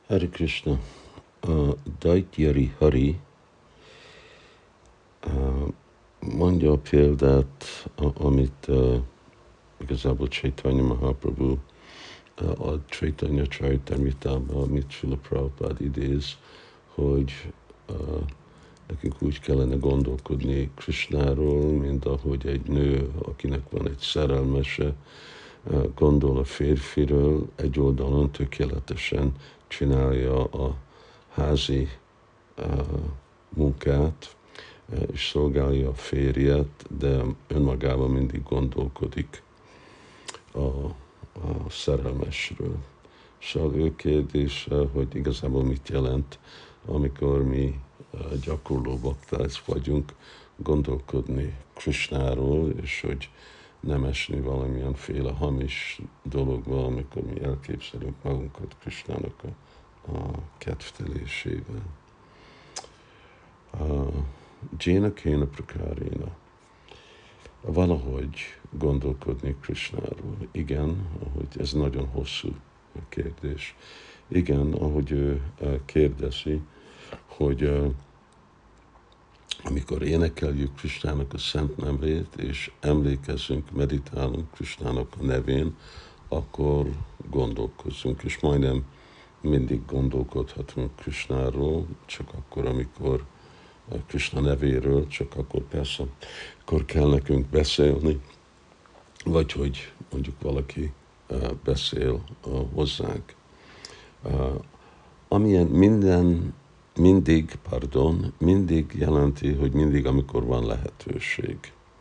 Hare Krishna. Daityari Hari mondja a példát, amit igazából Chaitanya Mahaprabhu a Chaitanya Charitamritában, amit Srila Prabhupada idéz, hogy nekünk úgy kellene gondolkodni Krishnáról, mint ahogy egy nő, akinek van egy szerelmese, gondol a férfiről, egy oldalon tökéletesen csinálja a házi munkát, és szolgálja a férjet, de önmagában mindig gondolkodik a szerelmesről. Szóval ő kérdése, hogy igazából mit jelent, amikor mi gyakorló bakták vagyunk, gondolkodni Krishnáról, és hogy nem esni valamilyen féle hamis dologba, amikor mi elképzelünk magunkat Krishnának a kedvtelésével. Jéna kéna prakáréna. Valahogy gondolkodni Krishnáról. Igen, ahogy ez nagyon hosszú kérdés. Igen, ahogy ő kérdezi, hogy amikor énekeljük Krishnának a szent nevét, és emlékezzünk, meditálunk Krishnának a nevén, akkor gondolkozzunk, és majdnem mindig gondolkodhatunk Krishnáról, csak akkor, amikor Krishna nevéről, csak akkor persze, akkor kell nekünk beszélni, vagy hogy mondjuk valaki beszél hozzánk. Amilyen mindig jelenti, hogy mindig, amikor van lehetőség.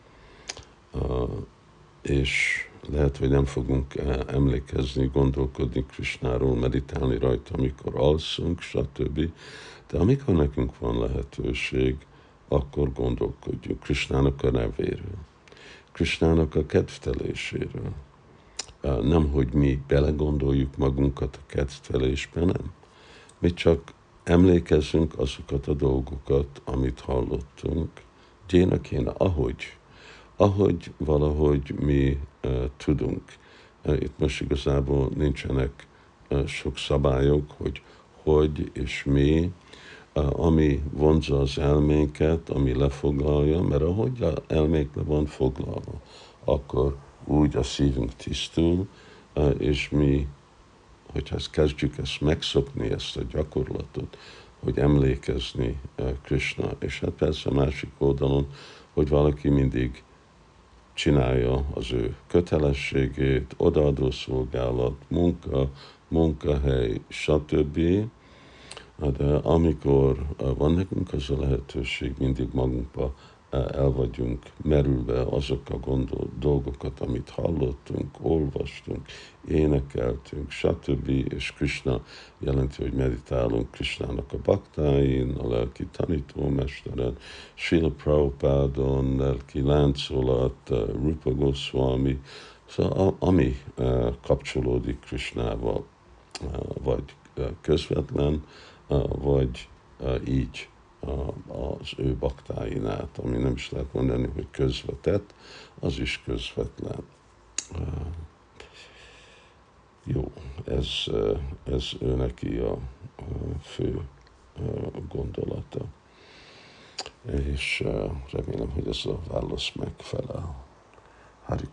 És lehet, hogy nem fogunk emlékezni, gondolkodni Krishnáról, meditálni rajta, amikor alszunk, stb. De amikor nekünk van lehetőség, akkor gondolkodjunk Krishnának a nevéről, Krishnának a kedvteléséről. Nem, hogy mi belegondoljuk magunkat a kedvtelésbe, nem. Mi csak emlékezzünk azokat a dolgokat, amit hallottunk. Jéna kéne, ahogy valahogy mi tudunk. Itt most igazából nincsenek sok szabályok, hogy és mi, ami vonzza az elménket, ami lefoglalja, mert ahogy az elmék le van foglalva, akkor úgy a szívünk tisztul, és mi, hogyha kezdjük ezt megszokni, ezt a gyakorlatot, hogy emlékezni Krishna, és hát persze a másik oldalon, hogy valaki mindig csinálja az ő kötelességét, odaadó szolgálat, munkahely, stb. De amikor van nekünk az a lehetőség, mindig magunkba el vagyunk merülve azok a dolgokat, amit hallottunk, olvastunk, énekeltünk, stb. És Krishna jelenti, hogy meditálunk Krishnának a baktáin, a lelki tanítómesteren, Srila Prabhupádon, lelki láncolat, Rupa Goswami, szóval ami kapcsolódik Krishnával, vagy közvetlen, vagy így az ő baktáin át, ami nem is lehet mondani, hogy közvetett, az is közvetlen. Jó, ez ő neki a fő gondolata. És remélem, hogy ez a válasz megfelel. Hari